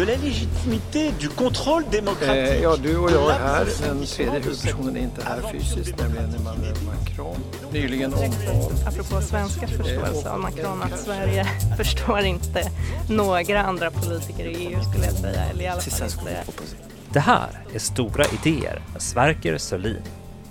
de la légitimité, du contrôle démocratique. Ja, du och jag är här. Den tredje huvudpersonen är inte här fysiskt, nämligen Emmanuel Macron. Nyligen omvald. Apropå svenskars förståelse av Macron, att Sverige förstår inte några andra politiker i EU, skulle jag säga. Eller i alla fall inte. Det här är Stora idéer med Sverker Sörlin.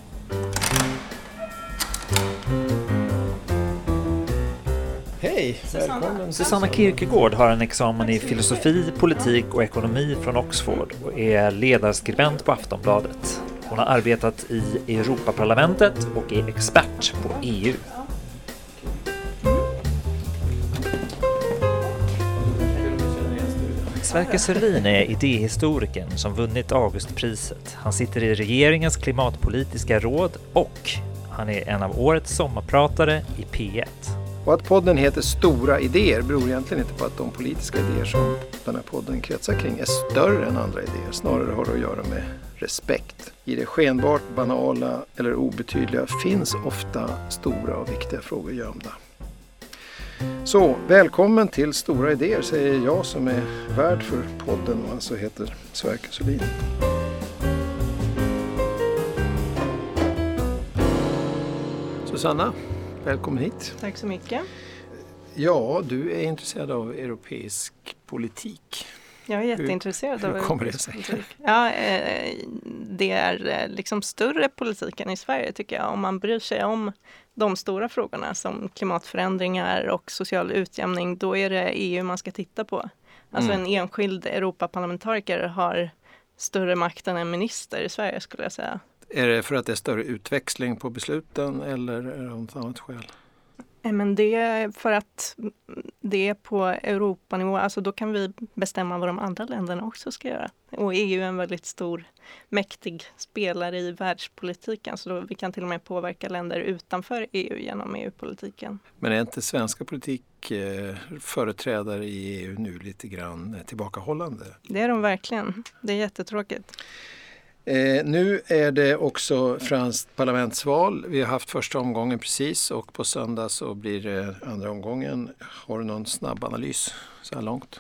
Hej, välkommen. Susanna Kierkegaard har en examen i filosofi, politik och ekonomi från Oxford och är ledarskribent på Aftonbladet. Hon har arbetat i Europaparlamentet och är expert på EU. Sverker Sörlin är idéhistorikern som vunnit Augustpriset. Han sitter i regeringens klimatpolitiska råd och han är en av årets sommarpratare i P1. Och att podden heter Stora idéer beror egentligen inte på att de politiska idéer som den här podden kretsar kring är större än andra idéer. Snarare har det att göra med respekt. I det skenbart banala eller obetydliga finns ofta stora och viktiga frågor gömda. Så, välkommen till Stora idéer, säger jag som är värd för podden och alltså heter Sverker Sörlin. Susanna, välkommen hit. Tack så mycket. Ja, du är intresserad av europeisk politik. Jag är jätteintresserad av hur kommer det sig? politik. Ja, det är liksom större politiken i Sverige tycker jag. Om man bryr sig om de stora frågorna som klimatförändringar och social utjämning, då är det EU man ska titta på. Alltså en enskild Europaparlamentariker har större makt än en minister i Sverige, skulle jag säga. Är det för att det är större utväxling på besluten eller är det något annat skäl? Men det är för att det är på Europanivå, alltså då kan vi bestämma vad de andra länderna också ska göra. Och EU är en väldigt stor, mäktig spelare i världspolitiken, så då vi kan till och med påverka länder utanför EU genom EU-politiken. Men är inte svenska företrädare i EU nu lite grann tillbakahållande? Det är de verkligen. Det är jättetråkigt. Nu är det också franskt parlamentsval. Vi har haft första omgången precis och på söndag så blir det andra omgången. Har du någon snabb analys så här långt?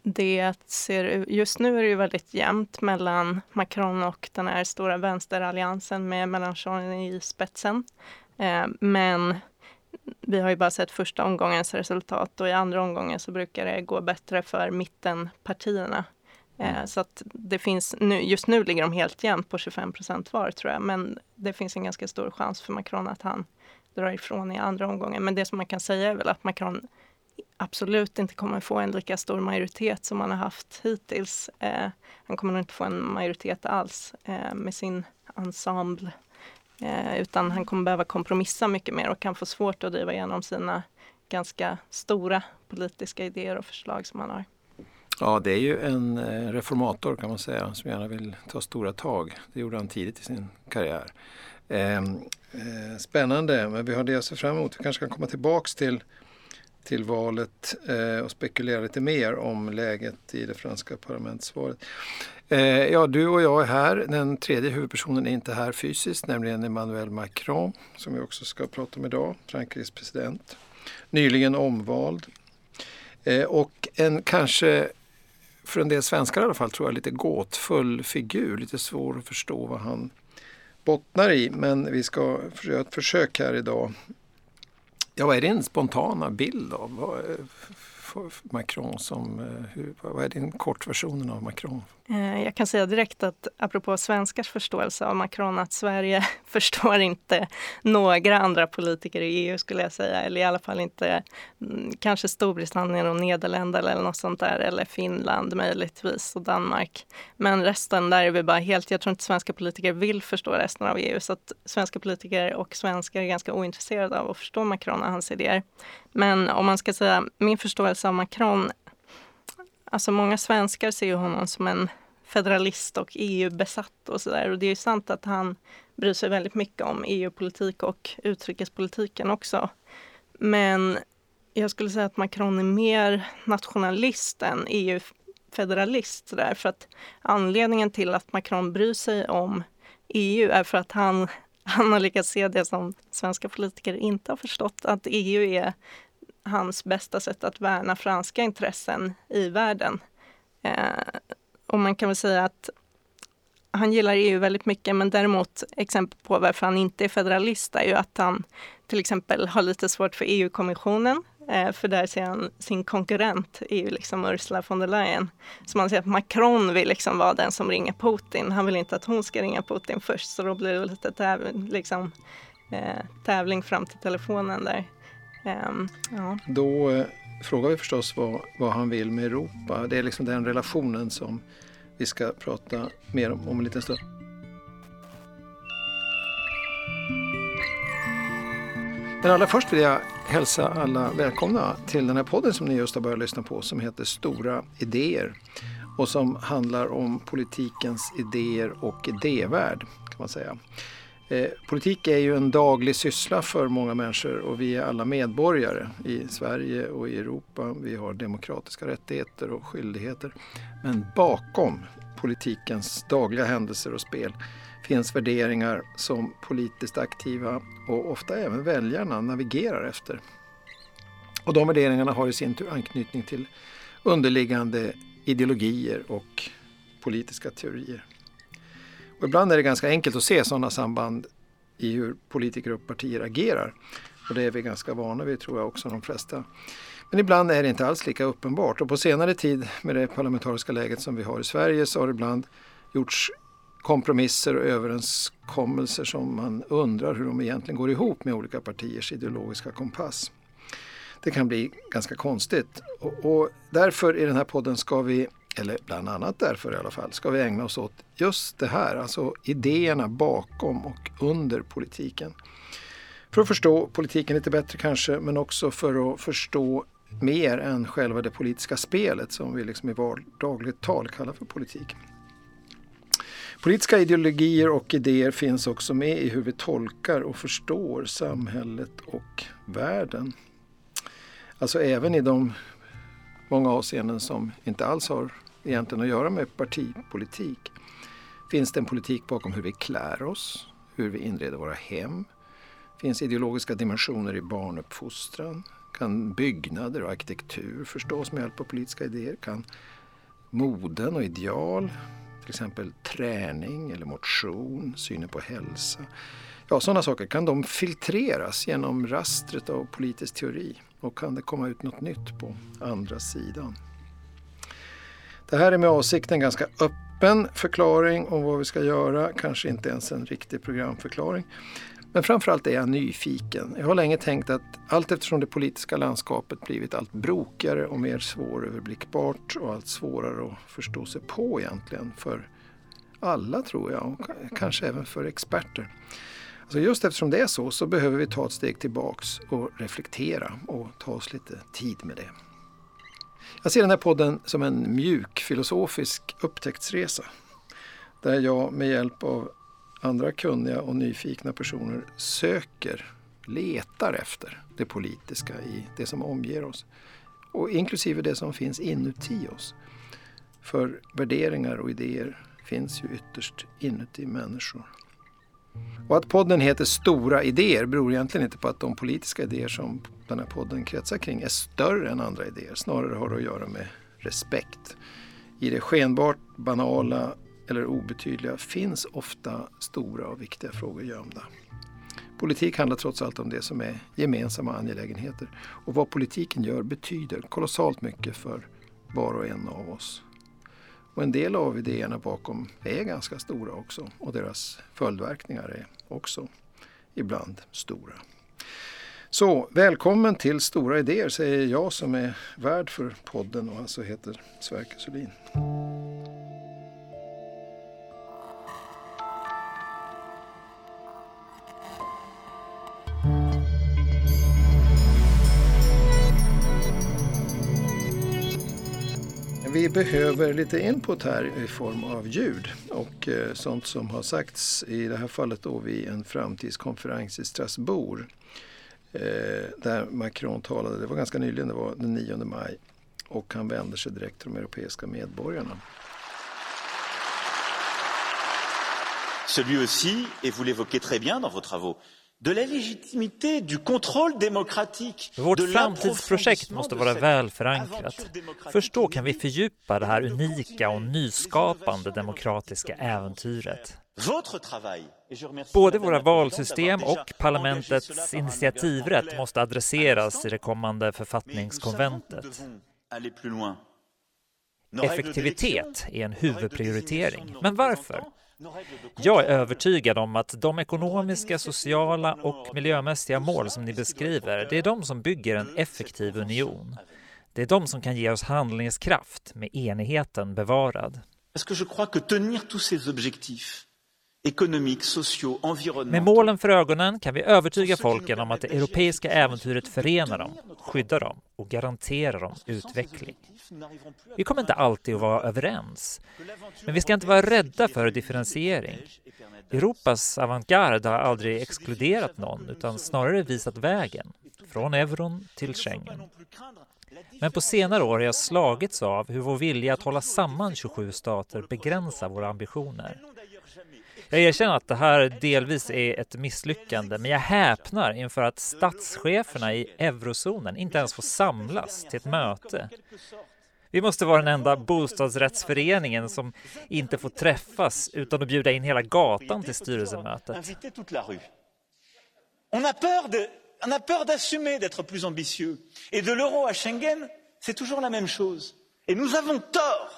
Just nu är det ju väldigt jämnt mellan Macron och den här stora vänsteralliansen med Mélenchon i spetsen. Men vi har ju bara sett första omgångens resultat och i andra omgången så brukar det gå bättre för mittenpartierna. Så att det finns just nu ligger de helt jämnt på 25% var tror jag. Men det finns en ganska stor chans för Macron att han drar ifrån i andra omgången. Men det som man kan säga är väl att Macron absolut inte kommer få en lika stor majoritet som han har haft hittills. Han kommer nog inte få en majoritet alls med sin ensemble. Utan han kommer behöva kompromissa mycket mer och kan få svårt att driva igenom sina ganska stora politiska idéer och förslag som han har. Ja, det är ju en reformator kan man säga som gärna vill ta stora tag. Det gjorde han tidigt i sin karriär. Spännande, men vi har det att se fram emot. Vi kanske kan komma tillbaks till valet och spekulera lite mer om läget i det franska parlamentsvalet. Ja, du och jag är här. Den tredje huvudpersonen är inte här fysiskt, nämligen Emmanuel Macron som vi också ska prata om idag, Frankrikes president. Nyligen omvald. Och en kanske för en del svenskar i alla fall tror jag lite gåtfull figur, lite svår att förstå vad han bottnar i, men vi ska göra ett försök här idag. Ja, vad är din spontana bild av Macron vad är din kortversionen av Macron? Jag kan säga direkt att apropå svenskars förståelse av Macron att Sverige förstår inte några andra politiker i EU skulle jag säga. Eller i alla fall inte kanske Storbritannien och Nederländerna eller något sånt där. Eller Finland möjligtvis och Danmark. Men resten där är vi bara helt, jag tror inte svenska politiker vill förstå resten av EU. Så att svenska politiker och svenskar är ganska ointresserade av att förstå Macron och hans idéer. Men om man ska säga min förståelse av Macron, alltså många svenskar ser ju honom som en federalist och EU-besatt och sådär. Och det är ju sant att han bryr sig väldigt mycket om EU-politik och utrikespolitiken också. Men jag skulle säga att Macron är mer nationalist än EU-federalist. För att anledningen till att Macron bryr sig om EU är för att han har lyckats se det som svenska politiker inte har förstått. Att EU är hans bästa sätt att värna franska intressen i världen. Och man kan väl säga att han gillar EU väldigt mycket, men däremot exempel på varför han inte är federalist är ju att han till exempel har lite svårt för EU-kommissionen. För där ser han sin konkurrent, EU, liksom Ursula von der Leyen. Så man ser att Macron vill liksom vara den som ringer Putin. Han vill inte att hon ska ringa Putin först, så då blir det lite tävling fram till telefonen där. Ja. Då frågar vi förstås vad han vill med Europa. Det är liksom den relationen som vi ska prata mer om en liten stund. Men allra först vill jag hälsa alla välkomna till den här podden som ni just har börjat lyssna på, som heter Stora idéer och som handlar om politikens idéer och idévärld, kan man säga. Politik är ju en daglig syssla för många människor och vi är alla medborgare i Sverige och i Europa. Vi har demokratiska rättigheter och skyldigheter. Men bakom politikens dagliga händelser och spel finns värderingar som politiskt aktiva och ofta även väljarna navigerar efter. Och de värderingarna har i sin tur anknytning till underliggande ideologier och politiska teorier. Och ibland är det ganska enkelt att se sådana samband i hur politiker och partier agerar. Och det är vi ganska vana vid, tror jag också, de flesta. Men ibland är det inte alls lika uppenbart. Och på senare tid med det parlamentariska läget som vi har i Sverige så har det ibland gjorts kompromisser och överenskommelser som man undrar hur de egentligen går ihop med olika partiers ideologiska kompass. Det kan bli ganska konstigt. Och därför i den här podden ska vi, eller bland annat därför i alla fall, ska vi ägna oss åt just det här, alltså idéerna bakom och under politiken. För att förstå politiken lite bättre kanske, men också för att förstå mer än själva det politiska spelet som vi liksom i vardagligt tal kallar för politik. Politiska ideologier och idéer finns också med i hur vi tolkar och förstår samhället och världen. Alltså även i de många avseenden som inte alls har egentligen att göra med partipolitik. Finns det en politik bakom hur vi klär oss, hur vi inreder våra hem. Finns ideologiska dimensioner i barnuppfostran. Kan byggnader och arkitektur förstås med hjälp av politiska idéer. Kan moden och ideal, till exempel träning eller motion, synen på hälsa. Ja, sådana saker. Kan de filtreras genom rastret av politisk teori? Och kan det komma ut något nytt på andra sidan? Det här är med avsikt en ganska öppen förklaring om vad vi ska göra. Kanske inte ens en riktig programförklaring. Men framförallt är jag nyfiken. Jag har länge tänkt att allt eftersom det politiska landskapet blivit allt brokigare och mer svåröverblickbart och allt svårare att förstå sig på egentligen för alla, tror jag, och kanske även för experter. Alltså just eftersom det är så behöver vi ta ett steg tillbaks och reflektera och ta oss lite tid med det. Jag ser den här podden som en mjuk filosofisk upptäcktsresa där jag med hjälp av andra kunniga och nyfikna personer letar efter det politiska i det som omger oss och inklusive det som finns inuti oss. För värderingar och idéer finns ju ytterst inuti människor. Och att podden heter Stora idéer beror egentligen inte på att de politiska idéer som den här podden kretsar kring är större än andra idéer. Snarare har det att göra med respekt. I det skenbart banala eller obetydliga finns ofta stora och viktiga frågor gömda. Politik handlar trots allt om det som är gemensamma angelägenheter. Och vad politiken gör betyder kolossalt mycket för var och en av oss. Och en del av idéerna bakom är ganska stora också. Och deras följdverkningar är också ibland stora. Så välkommen till Stora idéer, säger jag som är värd för podden och alltså heter Sverker Sölin. Vi behöver lite input här i form av ljud och sånt som har sagts i det här fallet då vid en framtidskonferens i Strasbourg där Macron talade, det var ganska nyligen, det var den 9 maj och han vänder sig direkt till de europeiska medborgarna. Celui aussi, et vous l'évoquez très bien dans vos travaux, de la légitimité du contrôle démocratique. Vårt framtidsprojekt måste vara väl förankrat. Först då kan vi fördjupa det här unika och nyskapande demokratiska äventyret. Både våra valsystem och parlamentets initiativrätt måste adresseras i det kommande författningskonventet. Effektivitet är en huvudprioritering. Men varför? Jag är övertygad om att de ekonomiska, sociala och miljömässiga mål som ni beskriver, det är de som bygger en effektiv union. Det är de som kan ge oss handlingskraft med enigheten bevarad. Med målen för ögonen kan vi övertyga folken om att det europeiska äventyret förenar dem, skyddar dem och garanterar dem utveckling. Vi kommer inte alltid att vara överens, men vi ska inte vara rädda för differentiering. Europas avantgarde har aldrig exkluderat någon utan snarare visat vägen, från euron till Schengen. Men på senare år har jag slagits av hur vår vilja att hålla samman 27 stater begränsar våra ambitioner. Jag erkänner att det här delvis är ett misslyckande, men jag häpnar inför att statscheferna i eurozonen inte ens får samlas till ett möte. Vi måste vara den enda bostadsrättsföreningen som inte får träffas utan att bjuda in hela gatan till styrelsemötet. On a peur d'assumer d'être plus ambitieux. Et de l'euro à Schengen, c'est toujours la même chose. Et nous avons tort.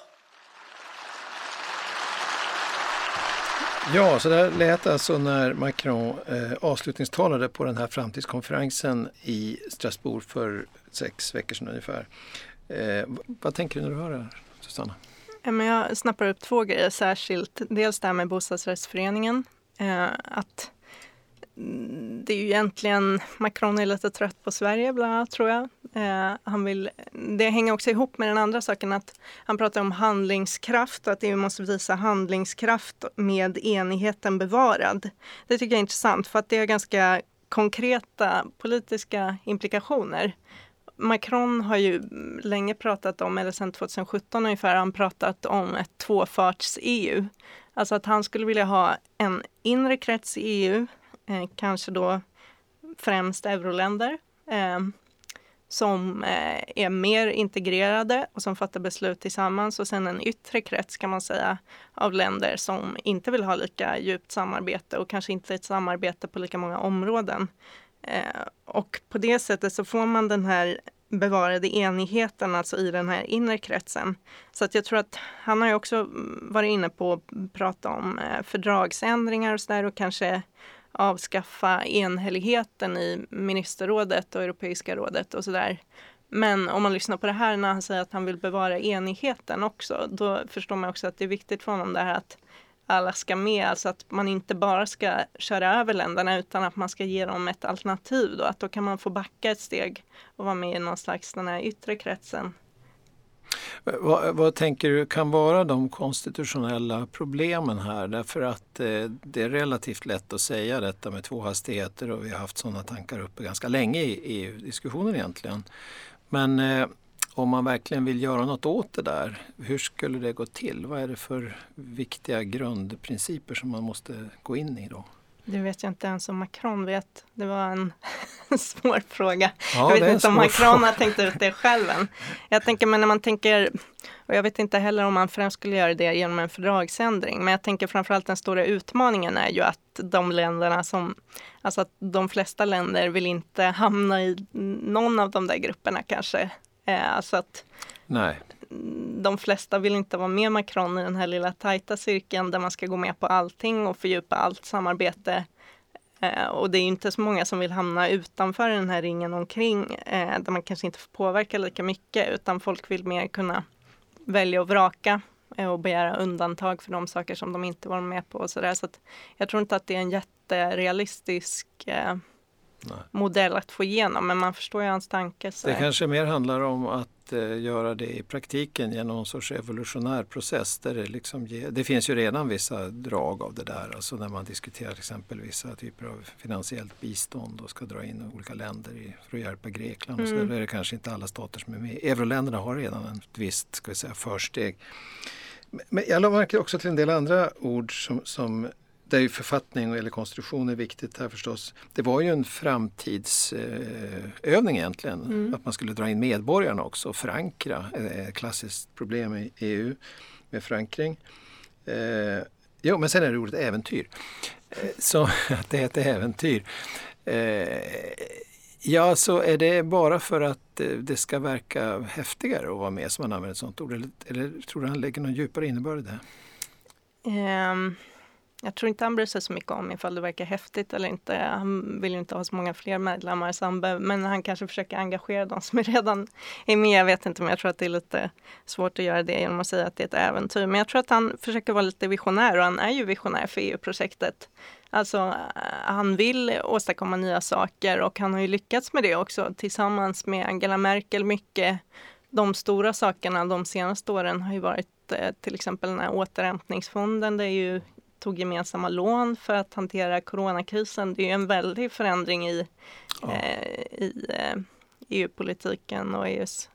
Ja, så där lät alltså när Macron avslutningstalade på den här framtidskonferensen i Strasbourg för 6 veckor sedan ungefär. Vad tänker du när du hör det här, Susanna? Jag snappar upp 2 grejer särskilt. Dels det här med bostadsrättsföreningen. Att det är ju egentligen, Macron är lite trött på Sverige bland annat, tror jag. Det hänger också ihop med den andra saken att han pratar om handlingskraft och att EU måste visa handlingskraft med enigheten bevarad. Det tycker jag är intressant för att det är ganska konkreta politiska implikationer. Macron har ju länge pratat om, eller sedan 2017 ungefär, han pratat om ett tvåfarts-EU. Alltså att han skulle vilja ha en inre krets i EU, kanske då främst euroländer, som är mer integrerade och som fattar beslut tillsammans. Och sen en yttre krets kan man säga av länder som inte vill ha lika djupt samarbete och kanske inte ett samarbete på lika många områden. Och på det sättet så får man den här bevarade enigheten alltså i den här inre kretsen. Så att jag tror att han har ju också varit inne på att prata om fördragsändringar och sådär och kanske avskaffa enhälligheten i ministerrådet och Europeiska rådet och sådär. Men om man lyssnar på det här när han säger att han vill bevara enigheten också, då förstår man också att det är viktigt för honom det här att alla ska med, alltså att man inte bara ska köra över länderna utan att man ska ge dem ett alternativ då, att då kan man få backa ett steg och vara med i någon slags den här yttre kretsen. Vad tänker du kan vara de konstitutionella problemen här? Därför att det är relativt lätt att säga detta med 2 hastigheter och vi har haft sådana tankar uppe ganska länge i EU-diskussionen egentligen. Men om man verkligen vill göra något åt det där, hur skulle det gå till? Vad är det för viktiga grundprinciper som man måste gå in i då? Det vet jag inte ens om Macron vet. Det var en svår fråga. Ja, jag vet inte om Macron har tänkt ut det själv än. Jag tänker, men när man tänker, och jag vet inte heller om man främst skulle göra det genom en fördragsändring, men jag tänker framförallt den stora utmaningen är ju att de länderna som, alltså att de flesta länder vill inte hamna i någon av de där grupperna kanske. Alltså att nej. De flesta vill inte vara med Macron i den här lilla tajta cirkeln där man ska gå med på allting och fördjupa allt samarbete. Och det är ju inte så många som vill hamna utanför den här ringen omkring där man kanske inte får påverka lika mycket utan folk vill mer kunna välja och vraka och begära undantag för de saker som de inte var med på och sådär. Så att jag tror inte att det är en jätterealistisk modell att få igenom, men man förstår ju hans tanke. Så det kanske mer handlar om att göra det i praktiken genom någon sorts evolutionär process där det liksom det finns ju redan vissa drag av det där, alltså när man diskuterar till exempel vissa typer av finansiellt bistånd och ska dra in olika länder för att hjälpa Grekland och så är det kanske inte alla stater som är med. Euroländerna har redan ett visst, ska vi säga, försteg. Men jag märker också till en del andra ord som där ju författning eller konstitution är viktigt här förstås. Det var ju en framtidsövning egentligen. Att man skulle dra in medborgarna också och förankra. Ett klassiskt problem i EU med förankring. Jo, men sen är det ordet äventyr. Så att det är ett äventyr. Ja, så är det bara för att det ska verka häftigare att vara med som man använder ett sånt ord? Eller tror du han lägger någon djupare innebörd i det? Jag tror inte han bryr sig så mycket om ifall det verkar häftigt eller inte. Han vill ju inte ha så många fler medlemmar, men han kanske försöker engagera de som redan är med. Jag vet inte, men jag tror att det är lite svårt att göra det genom att säga att det är ett äventyr. Men jag tror att han försöker vara lite visionär, och han är ju visionär för EU-projektet. Alltså, han vill åstadkomma nya saker, och han har ju lyckats med det också tillsammans med Angela Merkel mycket. De stora sakerna de senaste åren har ju varit till exempel den här återhämtningsfonden, där ju tog gemensamma lån för att hantera coronakrisen. Det är ju en väldig förändring i EU-politiken och EUs...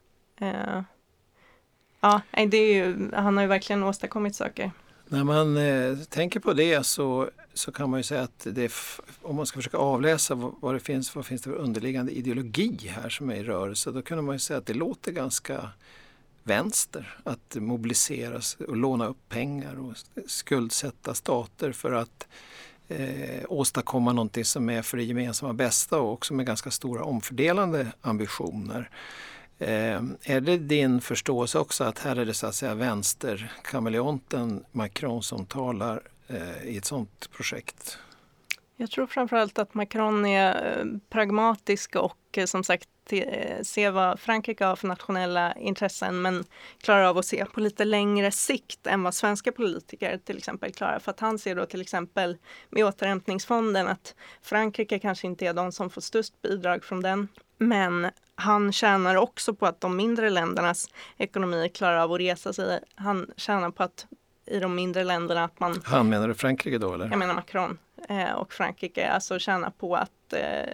det är ju, han har ju verkligen åstadkommit saker. När man tänker på det så kan man ju säga att om man ska försöka avläsa vad finns det för underliggande ideologi här som är i rörelse, då kan man ju säga att det låter ganska vänster att mobiliseras och låna upp pengar och skuldsätta stater för att åstadkomma någonting som är för det gemensamma bästa, och också med ganska stora omfördelande ambitioner. Är det din förståelse också att här är det så att säga vänsterkameleonten Macron som talar i ett sådant projekt? Jag tror framförallt att Macron är pragmatisk och som sagt se vad Frankrike har för nationella intressen, men klarar av att se på lite längre sikt än vad svenska politiker till exempel klarar. För att han ser då till exempel med återhämtningsfonden att Frankrike kanske inte är de som får störst bidrag från den, men han tjänar också på att de mindre ländernas ekonomi klarar av att resa sig. Han tjänar på att i de mindre länderna att man... Han menar du Frankrike då, eller? Jag menar Macron och Frankrike, alltså tjänar på att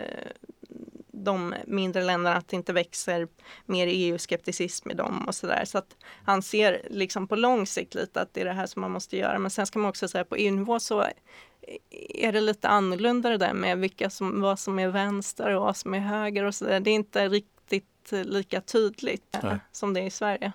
de mindre länderna, att det inte växer mer EU-skepticism i dem och sådär. Så att han ser liksom på lång sikt lite att det är det här som man måste göra. Men sen ska man också säga på EU-nivå så är det lite annorlunda det där med vad som är vänster och vad som är höger och sådär. Det är inte riktigt lika tydligt som det är i Sverige.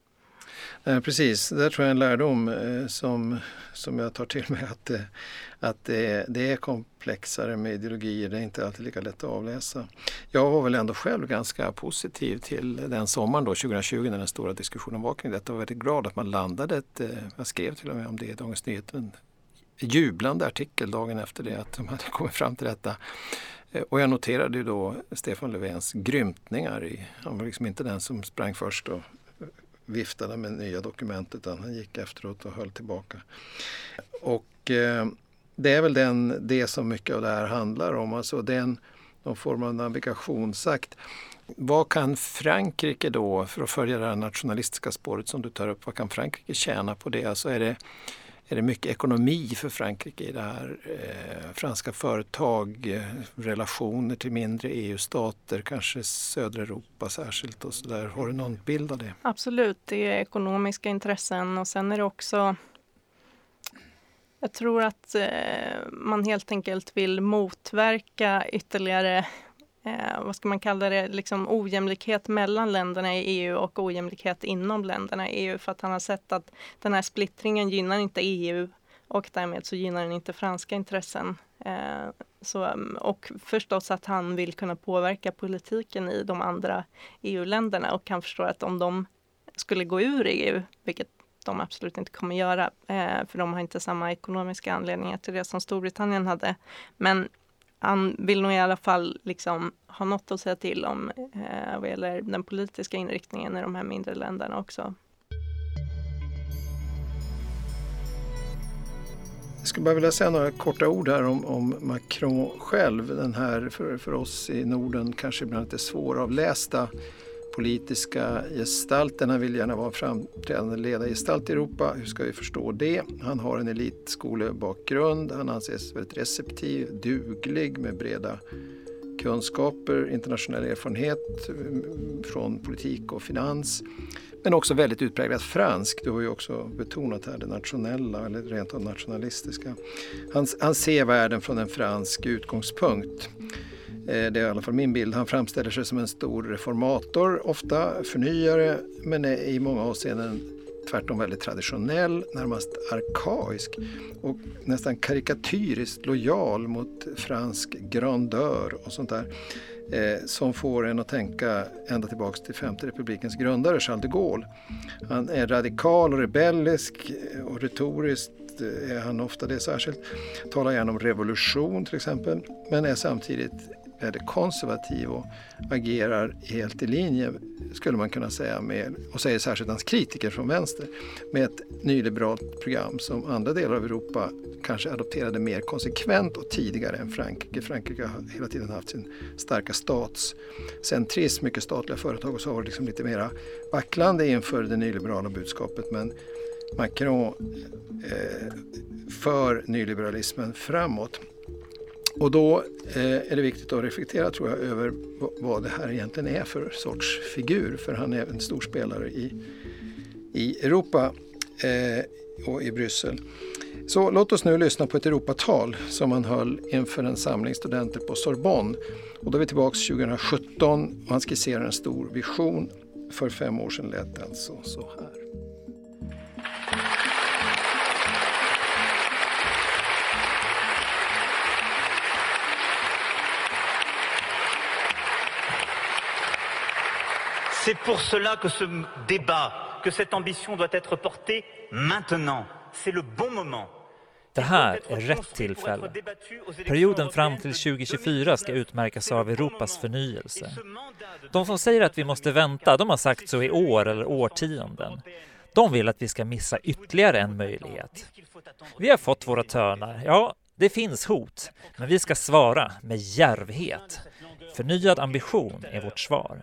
Precis, det tror jag är en lärdom som jag tar till mig, att det är komplexare med ideologier, det är inte alltid lika lätt att avläsa. Jag var väl ändå själv ganska positiv till den sommaren då, 2020, när den stora diskussionen var kring detta. Jag var väldigt glad att man landade jag skrev till och med om det i Dagens Nyheter, en jublande artikel dagen efter det att de hade kommit fram till detta. Och jag noterade ju då Stefan Löfvens grymtningar. Han var liksom inte den som sprang först och viftade med nya dokument, utan han gick efteråt och höll tillbaka. Och det är väl det som mycket av det här handlar om, alltså någon form av navigationsakt. Vad kan Frankrike då, för att följa det här nationalistiska spåret som du tar upp, vad kan Frankrike tjäna på det? Alltså är det mycket ekonomi för Frankrike i det här? Franska företag, relationer till mindre EU-stater, kanske södra Europa särskilt och så där. Har du någon bild av det? Absolut, det är ekonomiska intressen, och sen är det också, jag tror att man helt enkelt vill motverka ytterligare vad ska man kalla det, liksom ojämlikhet mellan länderna i EU och ojämlikhet inom länderna i EU, för att han har sett att den här splittringen gynnar inte EU och därmed så gynnar den inte franska intressen. Och förstås att han vill kunna påverka politiken i de andra EU-länderna, och han förstår att om de skulle gå ur EU, vilket de absolut inte kommer göra, för de har inte samma ekonomiska anledningar till det som Storbritannien hade, men han vill nog i alla fall liksom ha något att säga till om vad gäller den politiska inriktningen i de här mindre länderna också. Jag skulle bara vilja säga några korta ord här om Macron själv. Den här för oss i Norden kanske ibland lite svåravlästa politiska gestalten. Han vill gärna vara framträdande ledargestalt i Europa. Hur ska vi förstå det? Han har en elitskolebakgrund. Han anses väldigt receptiv, duglig med breda kunskaper, internationell erfarenhet från politik och finans. Men också väldigt utpräglat fransk. Du har ju också betonat här det nationella eller rent av nationalistiska. Han ser världen från en fransk utgångspunkt. Det är i alla fall min bild. Han framställer sig som en stor reformator, ofta förnyare, men är i många avseenden tvärtom väldigt traditionell, närmast arkaisk och nästan karikatyriskt lojal mot fransk grandeur och sånt där. Som får en att tänka ända tillbaka till Femte republikens grundare Charles de Gaulle. Han är radikal och rebellisk och retoriskt är han ofta det särskilt. Talar gärna om revolution till exempel, men är samtidigt väldigt konservativ och agerar helt i linje, skulle man kunna säga, med, och säger särskilt hans kritiker från vänster, med ett nyliberalt program som andra delar av Europa kanske adopterade mer konsekvent och tidigare än Frankrike. Frankrike har hela tiden haft sin starka statscentrism, mycket statliga företag, och så var det liksom lite mer vacklande inför det nyliberala budskapet, men Macron för nyliberalismen framåt. Och då är det viktigt att reflektera, tror jag, över vad det här egentligen är för sorts figur. För han är en stor spelare i Europa och i Bryssel. Så låt oss nu lyssna på ett Europatal som han höll inför en samling studenter på Sorbonne. Och då är vi tillbaka 2017 och han skisserar en stor vision. För 5 år sedan lät det alltså så här. C'est pour cela que ce débat, que cette ambition doit être portée maintenant. C'est le bon moment. Det här är rätt tillfälle. Perioden fram till 2024 ska utmärkas av Europas förnyelse. De som säger att vi måste vänta, de har sagt så i år eller årtionden. De vill att vi ska missa ytterligare en möjlighet. Vi har fått våra törnar. Ja, det finns hot, men vi ska svara med djärvhet. Förnyad ambition är vårt svar.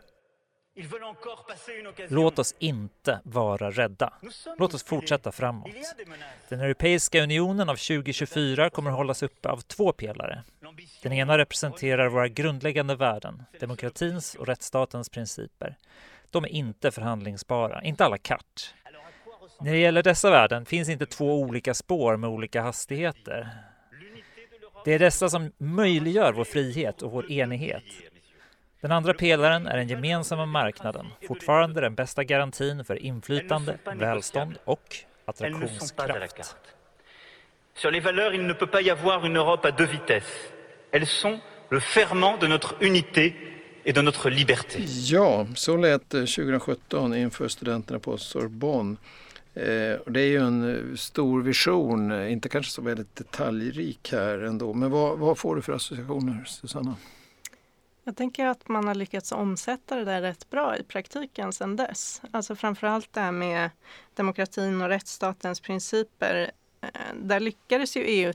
Låt oss inte vara rädda. Låt oss fortsätta framåt. Den Europeiska unionen av 2024 kommer att hållas uppe av 2 pelare. Den ena representerar våra grundläggande värden, demokratins och rättsstatens principer. De är inte förhandlingsbara, inte alla carte. När det gäller dessa värden finns inte 2 olika spår med olika hastigheter. Det är dessa som möjliggör vår frihet och vår enighet. Den andra pelaren är den gemensamma marknaden, fortfarande den bästa garantin för inflytande, välstånd och attraktionskraft. Sur les valeurs, il ne peut pas y avoir une Europe à 2 vitesses. Elles sont le ferment de notre unité et de notre liberté. Ja, så lät 2017 inför studenterna på Sorbonne. Det är ju en stor vision, inte kanske så väldigt detaljrik här ändå. Men vad får du för associationer, Susanna? Jag tänker att man har lyckats omsätta det där rätt bra i praktiken sedan dess. Alltså framförallt det här med demokratin och rättsstatens principer. Där lyckades ju EU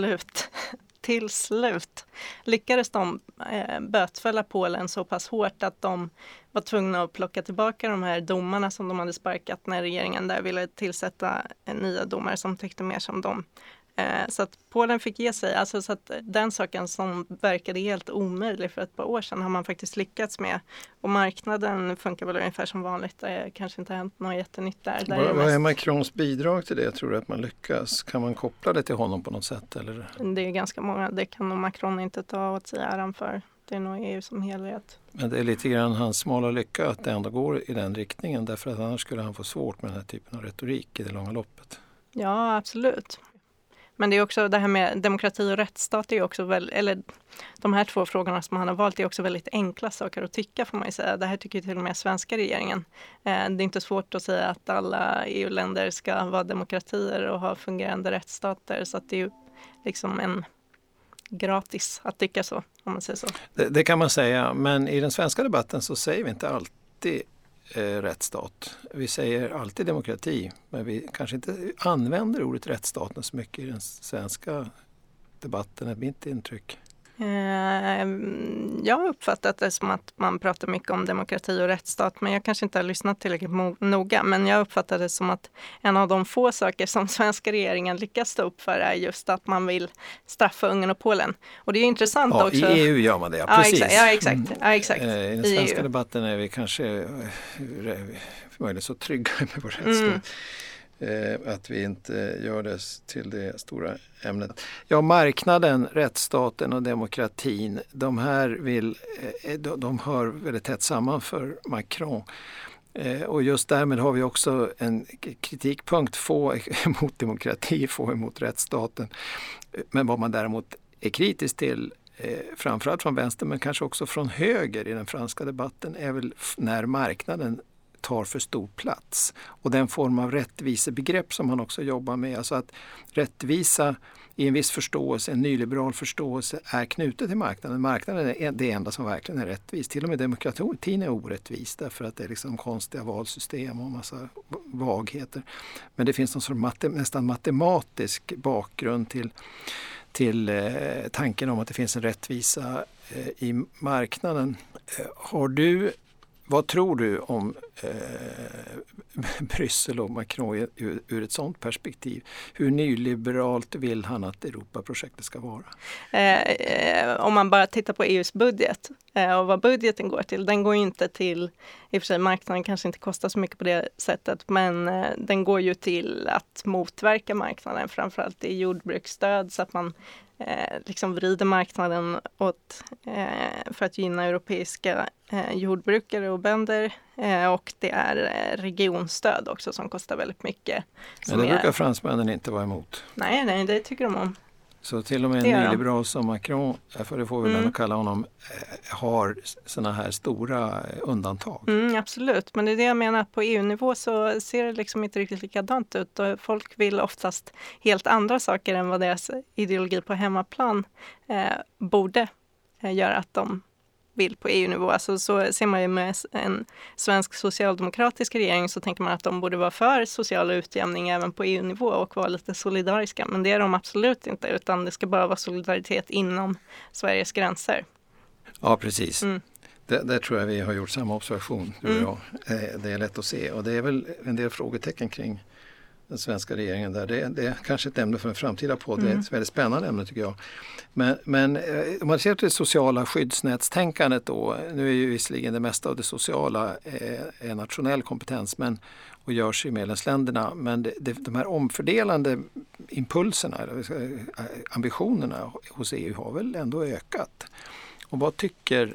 till slut lyckades de bötfälla Polen så pass hårt att de var tvungna att plocka tillbaka de här domarna som de hade sparkat när regeringen där ville tillsätta nya domare som tyckte mer som dem. Så att Polen fick ge sig, alltså så att den saken som verkade helt omöjlig för ett par år sedan har man faktiskt lyckats med. Och marknaden funkar väl ungefär som vanligt, det kanske inte har hänt något jättenytt där. Vad är Macrons bidrag till det, tror du, att man lyckas? Kan man koppla det till honom på något sätt? Eller? Det är ganska många, det kan nog Macron inte ta åt sig äran för. Det är nog EU som helhet. Men det är lite grann hans smala lycka att det ändå går i den riktningen, därför att annars skulle han få svårt med den här typen av retorik i det långa loppet. Ja, absolut. Men det är också det här med demokrati och rättsstat är också eller de här 2 frågorna som han har valt är också väldigt enkla saker att tycka, får man ju säga. Det här tycker ju till och med svenska regeringen. Det är inte svårt att säga att alla EU-länder ska vara demokratier och ha fungerande rättsstater, så att det är ju liksom en gratis att tycka så, om man säger så. Det kan man säga, men i den svenska debatten så säger vi inte alltid rättsstat. Vi säger alltid demokrati, men vi kanske inte använder ordet rättsstaten så mycket i den svenska debatten, är mitt intryck. Jag har uppfattat det som att man pratar mycket om demokrati och rättsstat, men jag kanske inte har lyssnat tillräckligt noga. Men jag uppfattar det som att en av de få saker som svenska regeringen lyckas stå upp för är just att man vill straffa Ungern och Polen. Och det är intressant också. I EU gör man det, precis. Ja, exakt. I den svenska debatten är vi kanske möjligt så trygga med vår rättsstat. Att vi inte gör det till det stora ämnet. Ja, marknaden, rättsstaten och demokratin, de hör väldigt tätt samman för Macron. Och just därmed har vi också en kritikpunkt, få emot demokrati, få emot rättsstaten. Men vad man däremot är kritisk till, framförallt från vänster men kanske också från höger i den franska debatten, är väl när marknaden tar för stor plats. Och den form av rättvisebegrepp som man också jobbar med. Alltså att rättvisa i en viss förståelse, en nyliberal förståelse, är knutet till marknaden. Marknaden är det enda som verkligen är rättvis. Till och med demokratin är orättvis därför att det är liksom konstiga valsystem och massa vagheter. Men det finns någon sorts nästan matematisk bakgrund till tanken om att det finns en rättvisa i marknaden. Vad tror du om Bryssel och Macron ur ett sådant perspektiv? Hur nyliberalt vill han att Europaprojektet ska vara? Om man bara tittar på EUs budget och vad budgeten går till, den går ju inte till, i och för sig marknaden kanske inte kostar så mycket på det sättet, men den går ju till att motverka marknaden, framförallt i jordbruksstöd så att man liksom vrider marknaden åt för att gynna europeiska jordbrukare och bönder och det är regionstöd också som kostar väldigt mycket. Men det brukar fransmännen inte vara emot. Nej, det tycker de om. Så till och med en nyliberal som Macron, för det får vi väl kalla honom, har såna här stora undantag. Absolut, men det är det jag menar, på EU-nivå så ser det liksom inte riktigt likadant ut och folk vill oftast helt andra saker än vad deras ideologi på hemmaplan borde göra att de vill på EU-nivå. Alltså så ser man ju med en svensk socialdemokratisk regering så tänker man att de borde vara för social utjämning även på EU-nivå och vara lite solidariska. Men det är de absolut inte, utan det ska bara vara solidaritet inom Sveriges gränser. Ja, precis. Där tror jag vi har gjort samma observation, du och jag. Det är lätt att se och det är väl en del frågetecken kring den svenska regeringen där. Det är kanske ett ämne för en framtida podd. Det är ett väldigt spännande ämne tycker jag. Men om man ser till det sociala skyddsnätstänkandet då, nu är ju visserligen det mesta av det sociala är nationell kompetens och görs i medlemsländerna, men de här omfördelande impulserna, ambitionerna hos EU har väl ändå ökat. Och vad tycker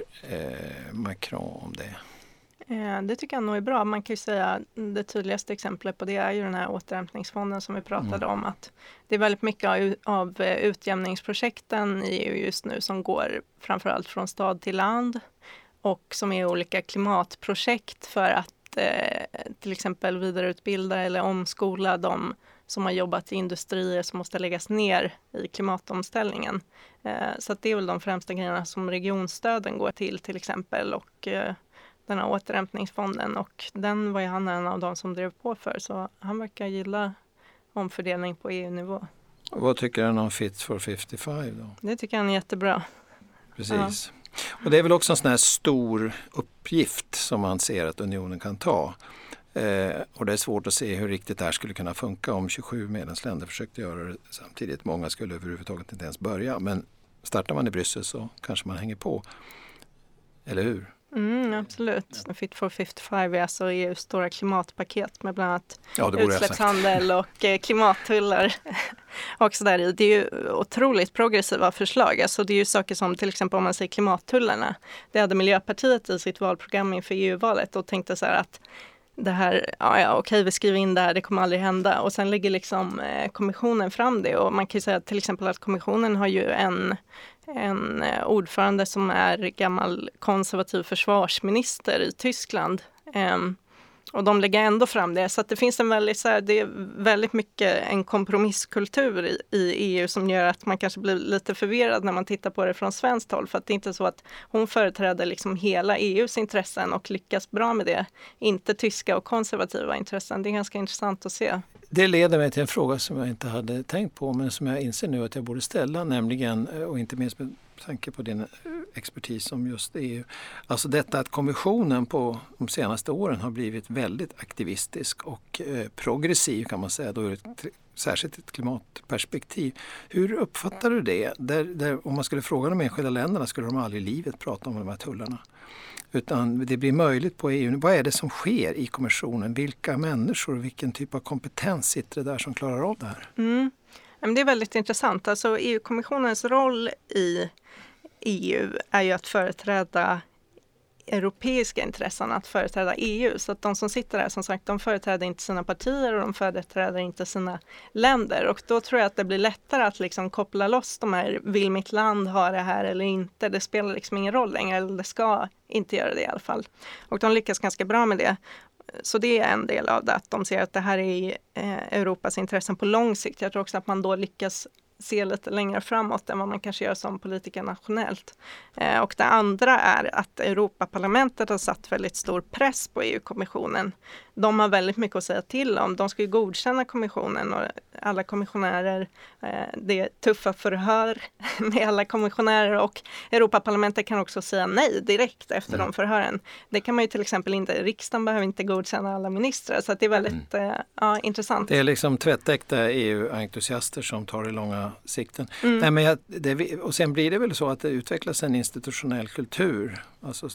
Macron om det? Det tycker jag nog är bra. Man kan ju säga det tydligaste exemplet på det är ju den här återhämtningsfonden som vi pratade om. Att det är väldigt mycket av utjämningsprojekten i EU just nu som går framförallt från stad till land och som är olika klimatprojekt för att till exempel vidareutbilda eller omskola de som har jobbat i industrier som måste läggas ner i klimatomställningen. Så att det är väl de främsta grejerna som regionstöden går till exempel och den här återhämtningsfonden, och den var ju han en av de som drev på för, så han verkar gilla omfördelning på EU-nivå. Och vad tycker han om Fit for 55 då? Det tycker han är jättebra. Precis. Ja. Och det är väl också en sån här stor uppgift som man ser att unionen kan ta. Och det är svårt att se hur riktigt det här skulle kunna funka om 27 medlemsländer försökte göra det samtidigt. Många skulle överhuvudtaget inte ens börja, men startar man i Bryssel så kanske man hänger på. Eller hur? Absolut. Fit for 55 är alltså EUs stora klimatpaket med bland annat utsläppshandel och klimattullar. Och så där. Det är ju otroligt progressiva förslag. Alltså det är ju saker som till exempel om man säger klimattullarna. Det hade Miljöpartiet i sitt valprogram inför EU-valet och tänkte så här att det här, okej, vi skriver in det här, det kommer aldrig hända. Och sen lägger liksom kommissionen fram det. Och man kan ju säga till exempel att kommissionen har ju en ordförande som är gammal konservativ försvarsminister i Tyskland. Och de lägger ändå fram det. Så att det finns det är väldigt mycket en kompromisskultur i EU som gör att man kanske blir lite förvirrad när man tittar på det från svenskt håll. För att det är inte så att hon företräder liksom hela EUs intressen och lyckas bra med det. Inte tyska och konservativa intressen. Det är ganska intressant att se. Det leder mig till en fråga som jag inte hade tänkt på, men som jag inser nu att jag borde ställa, nämligen, och inte minst med tänker på din expertis om just EU. Alltså detta att kommissionen på de senaste åren har blivit väldigt aktivistisk och progressiv kan man säga, då särskilt ett klimatperspektiv. Hur uppfattar du det? Om man skulle fråga de enskilda länderna skulle de aldrig i livet prata om de här tullarna. Utan det blir möjligt på EU. Vad är det som sker i kommissionen? Vilka människor, vilken typ av kompetens sitter det där som klarar av det här? Det är väldigt intressant. Alltså EU-kommissionens roll i EU är ju att företräda europeiska intressen, att företräda EU. Så att de som sitter där, som sagt, de företräder inte sina partier och de företräder inte sina länder. Och då tror jag att det blir lättare att liksom koppla loss de här, vill mitt land ha det här eller inte? Det spelar liksom ingen roll längre, eller det ska inte göra det i alla fall. Och de lyckas ganska bra med det. Så det är en del av det, att de ser att det här är Europas intressen på lång sikt. Jag tror också att man då lyckas se lite längre framåt än vad man kanske gör som politiker nationellt. Och det andra är att Europaparlamentet har satt väldigt stor press på EU-kommissionen. De har väldigt mycket att säga till om. De ska ju godkänna kommissionen och alla kommissionärer. Det är tuffa förhör med alla kommissionärer och Europaparlamentet kan också säga nej direkt efter de förhören. Det kan man ju till exempel inte, riksdagen behöver inte godkänna alla ministrar, så att det är väldigt intressant. Det är liksom tvättäkta EU-entusiaster som tar det långa sikten. Nej, men och sen blir det väl så att det utvecklas en institutionell kultur, alltså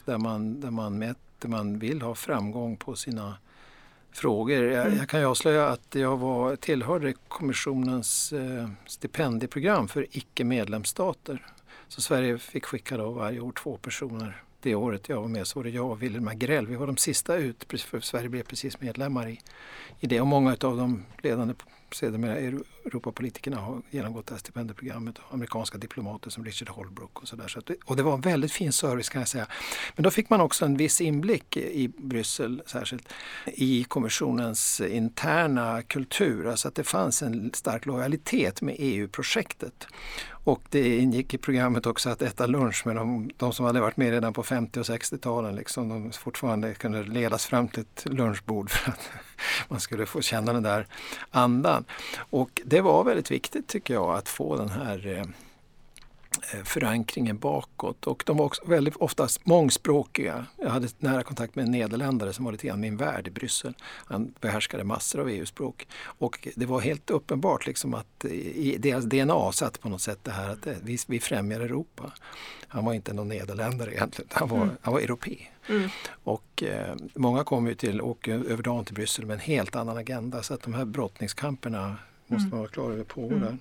där man vill ha framgång på sina frågor. Jag kan ju avslöja att jag tillhörde kommissionens stipendieprogram för icke-medlemsstater. Så Sverige fick skicka då varje år 2 personer. Det året jag var med så var det jag och Wilhelm Agrell. Vi var de sista ut, för Sverige blev precis medlemmar i det. Och många av de ledande sedermera Europapolitikerna har genomgått det här stipendieprogrammet. Amerikanska diplomater som Richard Holbrooke och sådär. Och det var en väldigt fin service kan jag säga. Men då fick man också en viss inblick i Bryssel, särskilt i kommissionens interna kultur. Alltså att det fanns en stark lojalitet med EU-projektet. Och det ingick i programmet också att äta lunch med de som hade varit med redan på 50- och 60-talen. Liksom, de fortfarande kunde ledas fram till ett lunchbord för att man skulle få känna den där andan. Och det var väldigt viktigt tycker jag att få den här förankringen bakåt. Och de var också väldigt oftast mångspråkiga. Jag hade nära kontakt med en nederländare som var lite grann min värd i Bryssel. Han behärskade massor av EU-språk. Och det var helt uppenbart liksom att i deras DNA satt på något sätt det här att vi främjar Europa. Han var inte någon nederländare egentligen. Han var europé. Och många kom ju åka över dagen till Bryssel med en helt annan agenda. Så att de här brottningskamperna måste man vara klar över på där.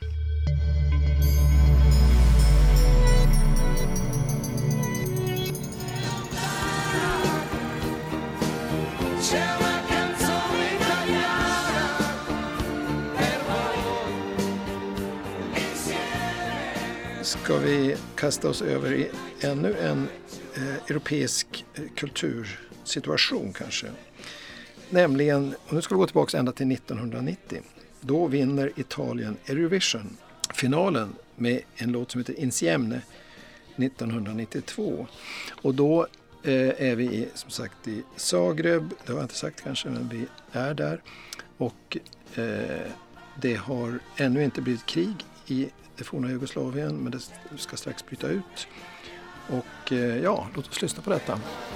Ska vi kasta oss över i ännu en europeisk kultursituation kanske. Nämligen, och nu ska vi gå tillbaka ända till 1990. Då vinner Italien Eurovision-finalen med en låt som heter Insieme 1992. Och då är vi som sagt i Zagreb, det har jag inte sagt kanske, men vi är där. Och det har ännu inte blivit krig i det forna Jugoslavien, men det ska strax bryta ut. Och låt oss lyssna på detta.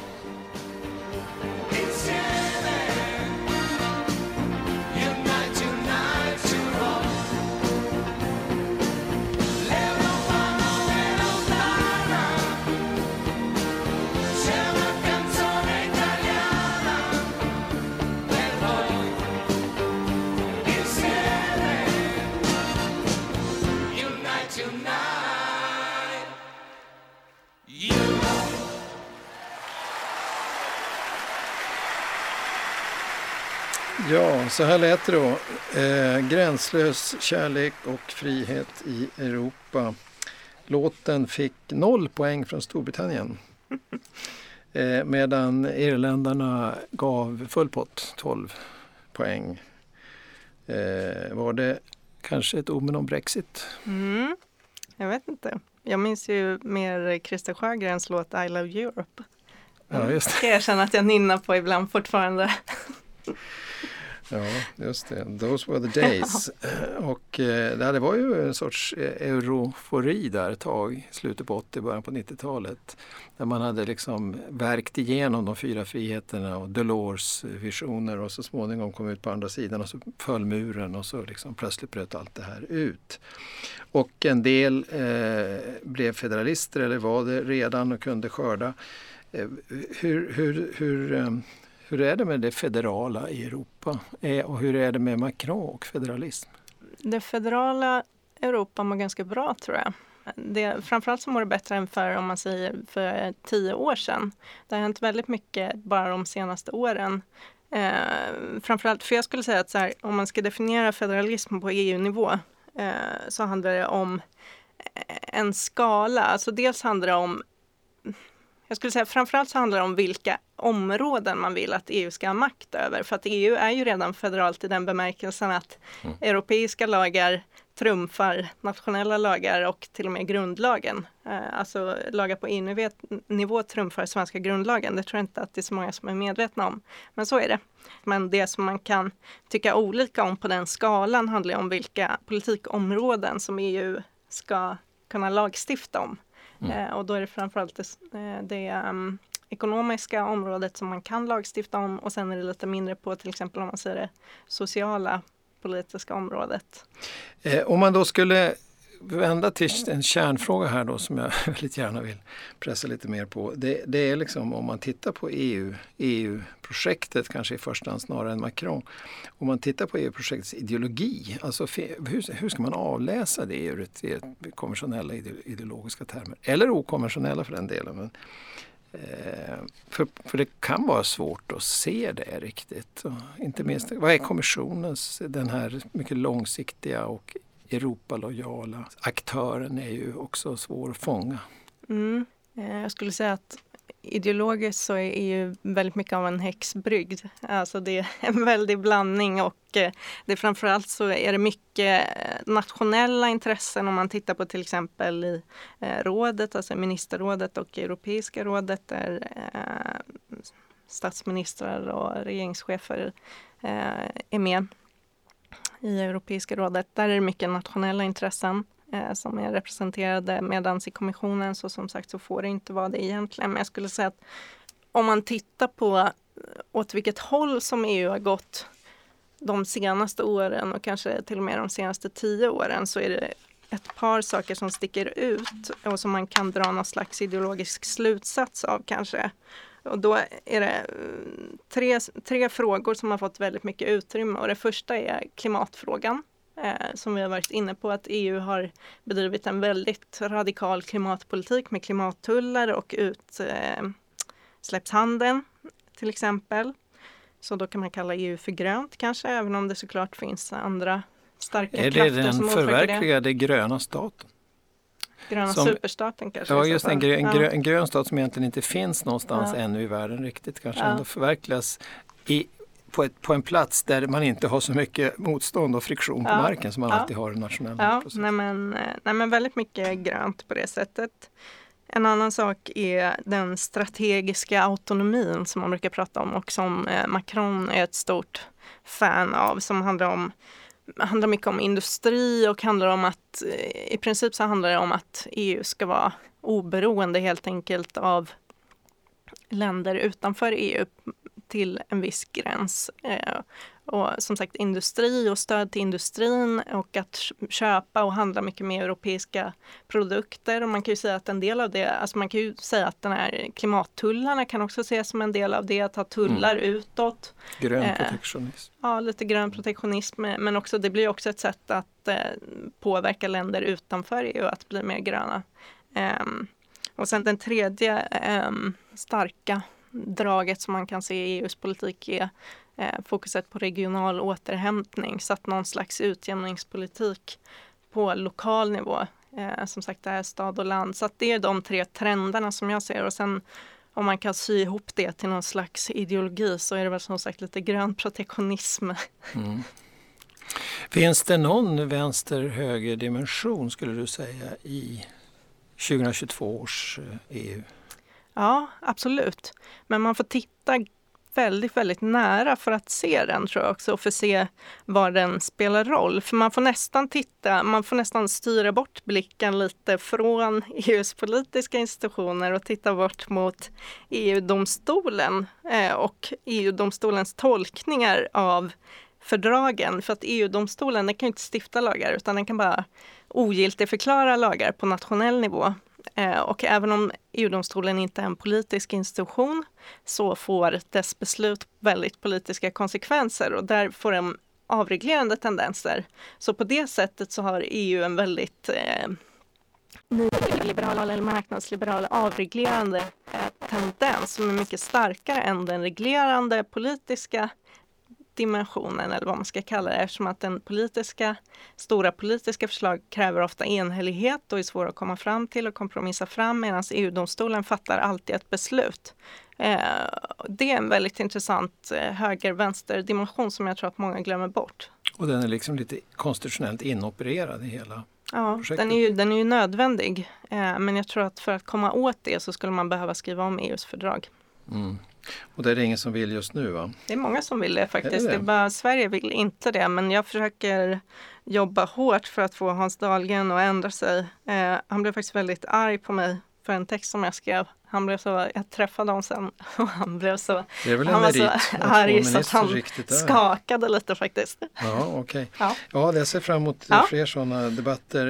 Ja, så här lät det då. Gränslös kärlek och frihet i Europa. Låten fick 0 poäng från Storbritannien. Medan irländarna gav full pott 12 poäng. Var det kanske ett omen om Brexit? Jag vet inte. Jag minns ju mer Christer Sjögrens låt I Love Europe. Ja, just det. Ska jag känna att jag nynnar på ibland fortfarande. Ja, just det. Those were the days. Och det var ju en sorts eurofori där ett tag, i slutet på 80, början på 90-talet. Där man hade liksom verkt igenom de 4 friheterna och Delors visioner och så småningom kom ut på andra sidan och så föll muren och så liksom plötsligt bröt allt det här ut. Och en del blev federalister eller var det redan och kunde skörda. Hur är det med det federala i Europa? Och hur är det med Macron och federalism? Det federala Europa mår ganska bra, tror jag. Framförallt så mår det bättre än om man säger för 10 år sedan. Det har hänt väldigt mycket bara de senaste åren. Framförallt, för jag skulle säga att så här, om man ska definiera federalism på EU-nivå så handlar det om en skala. Alltså dels handlar det om, jag skulle säga framförallt så handlar det om vilka områden man vill att EU ska ha makt över. För att EU är ju redan federalt i den bemärkelsen att europeiska lagar trumfar nationella lagar och till och med grundlagen. Alltså lagar på EU-nivå trumfar svenska grundlagen. Det tror jag inte att det är så många som är medvetna om. Men så är det. Men det som man kan tycka olika om på den skalan handlar om vilka politikområden som EU ska kunna lagstifta om. Och då är det framförallt det ekonomiska området som man kan lagstifta om och sen är det lite mindre på till exempel om man säger det sociala politiska området. Om man då skulle vända till en kärnfråga här då som jag väldigt gärna vill pressa lite mer på. Det är liksom om man tittar på EU-projektet kanske i första hand snarare än Macron. Om man tittar på EU-projektets ideologi, alltså hur ska man avläsa det ur ett konventionella ideologiska termer? Eller okonventionella för den delen. Men, för det kan vara svårt att se det riktigt. Och inte minst, vad är kommissionens, den här mycket långsiktiga och Europalojala aktören är ju också svår att fånga. Jag skulle säga att ideologiskt så är EU väldigt mycket av en häxbrygd. Alltså det är en väldig blandning och det framförallt så är det mycket nationella intressen om man tittar på till exempel i rådet, alltså ministerrådet och Europeiska rådet där statsministrar och regeringschefer är med i Europeiska rådet. Där är det mycket nationella intressen som är representerade medans i kommissionen så som sagt så får det inte vara det egentligen. Men jag skulle säga att om man tittar på åt vilket håll som EU har gått de senaste åren och kanske till och med de senaste 10 åren så är det ett par saker som sticker ut och som man kan dra någon slags ideologisk slutsats av kanske. Och då är det tre frågor som har fått väldigt mycket utrymme och det första är klimatfrågan. Som vi har varit inne på att EU har bedrivit en väldigt radikal klimatpolitik med klimattullar och utsläppshandeln till exempel. Så då kan man kalla EU för grönt kanske, även om det såklart finns andra starka krafter som orsaker det. Är det den förverkligade gröna staten? Gröna superstaten kanske? Ja, just en grön stat som egentligen inte finns någonstans ännu i världen riktigt. Kanske ändå förverkligas på en plats där man inte har så mycket motstånd och friktion på marken som man alltid har i nationella processer. Nej men väldigt mycket grönt på det sättet. En annan sak är den strategiska autonomin som man brukar prata om och som Macron är ett stort fan av som handlar mycket om industri och handlar om att i princip så handlar det om att EU ska vara oberoende helt enkelt av länder utanför EU till en viss gräns. Och som sagt industri och stöd till industrin och att köpa och handla mycket med europeiska produkter. Och man kan ju säga att en del av det, alltså man kan ju säga att den här klimattullarna kan också ses som en del av det, att ha tullar utåt. Grön protektionism. Ja, lite grön protektionism, men också, det blir också ett sätt att påverka länder utanför EU att bli mer gröna. Och sen den tredje starka draget som man kan se i EUs politik är fokuset på regional återhämtning, så att någon slags utjämningspolitik på lokal nivå. Som sagt, det är stad och land. Så att det är de 3 trenderna som jag ser. Och sen om man kan sy ihop det till någon slags ideologi så är det väl som sagt lite grön protektionism. Finns det någon vänster-höger dimension skulle du säga i 2022 års EU? Ja, absolut. Men man får titta väldigt, väldigt nära för att se den, tror jag också, och för att se var den spelar roll. För man får nästan styra bort blicken lite från EUs politiska institutioner och titta bort mot EU-domstolen och EU-domstolens tolkningar av fördragen. För att EU-domstolen, den kan inte stifta lagar, utan den kan bara ogiltigförklara lagar på nationell nivå. Och även om EU-domstolen inte är en politisk institution så får dess beslut väldigt politiska konsekvenser och där får de avreglerande tendenser. Så på det sättet så har EU en väldigt nyliberal eller marknadsliberal avreglerande tendens som är mycket starkare än den reglerande politiska dimensionen, eller vad man ska kalla det, eftersom att stora politiska förslag kräver ofta enhällighet och är svåra att komma fram till och kompromissa fram, medan EU-domstolen fattar alltid ett beslut. Det är en väldigt intressant höger-vänster-dimension som jag tror att många glömmer bort. Och den är liksom lite konstitutionellt inopererad i hela projektet. Den är ju nödvändig, men jag tror att för att komma åt det så skulle man behöva skriva om EUs fördrag. Mm. Och det är det ingen som vill just nu, va? Det är många som vill det faktiskt. Det är bara, Sverige vill inte det, men jag försöker jobba hårt för att få Hans Dahlgren att ändra sig. Han blev faktiskt väldigt arg på mig för en text som jag skrev. Jag träffade honom sen och han blev så, han var så arg så att han skakade lite faktiskt. Ja, okej. Ja. Ja, jag ser fram emot fler sådana debatter.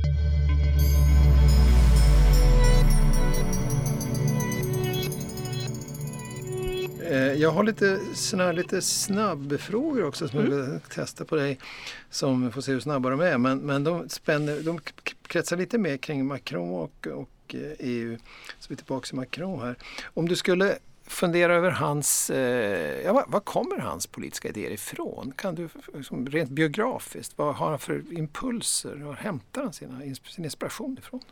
Jag har lite snabbfrågor också som jag vill testa på dig, som får se hur snabba de är. Men de kretsar lite mer kring Macron och EU. Så vi är tillbaka till Macron här. Om du skulle fundera över hans, var kommer hans politiska idéer ifrån? Kan du rent biografiskt, vad har han för impulser? Var hämtar han sin inspiration ifrån?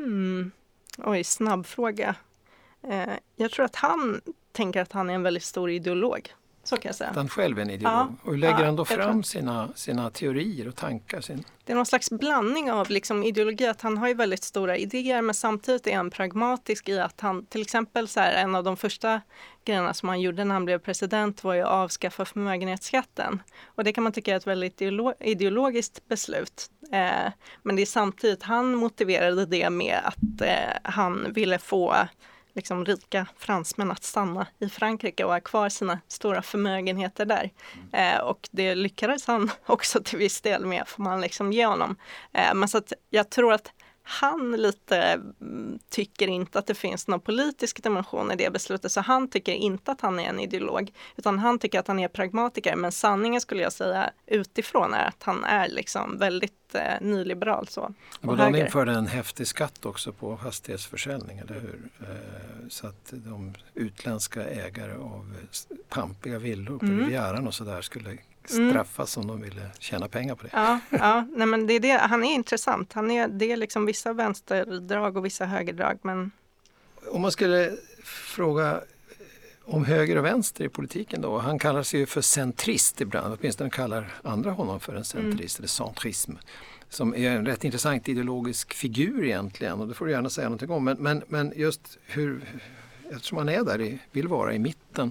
Snabb fråga. Jag tror att han tänker att han är en väldigt stor ideolog. Så kan jag säga. Han själv är en ideolog. Ja, och hur lägger han då fram sina teorier och tankar? Det är någon slags blandning av liksom ideologi. Att han har ju väldigt stora idéer, men samtidigt är han pragmatisk i att han, till exempel så här, en av de första grejerna som han gjorde när han blev president var ju att avskaffa förmögenhetsskatten. Och det kan man tycka är ett väldigt ideologiskt beslut. Men det är samtidigt, han motiverade det med att han ville få liksom rika fransmän att stanna i Frankrike och ha kvar sina stora förmögenheter där. Och det lyckades han också till viss del med, får man liksom ge honom. Men så att jag tror att han lite tycker inte att det finns någon politisk dimension i det beslutet, så han tycker inte att han är en ideolog, utan han tycker att han är pragmatiker, men sanningen skulle jag säga utifrån är att han är liksom väldigt nyliberal så. Och de införde en häftig skatt också på fastighetsförsäljning, eller hur? Så att de utländska ägare av pampiga villor på Rivieran och sådär skulle straffas om de ville tjäna pengar på det. Nej, men det är det. Han är intressant. Det är liksom vissa vänsterdrag och vissa högerdrag. Men... Om man skulle fråga om höger och vänster i politiken då. Han kallar sig ju för centrist ibland. Åtminstone kallar andra honom för en centrist eller centrism. Som är en rätt intressant ideologisk figur egentligen. Och det får du gärna säga någonting om. Men just eftersom han är där, vill vara i mitten.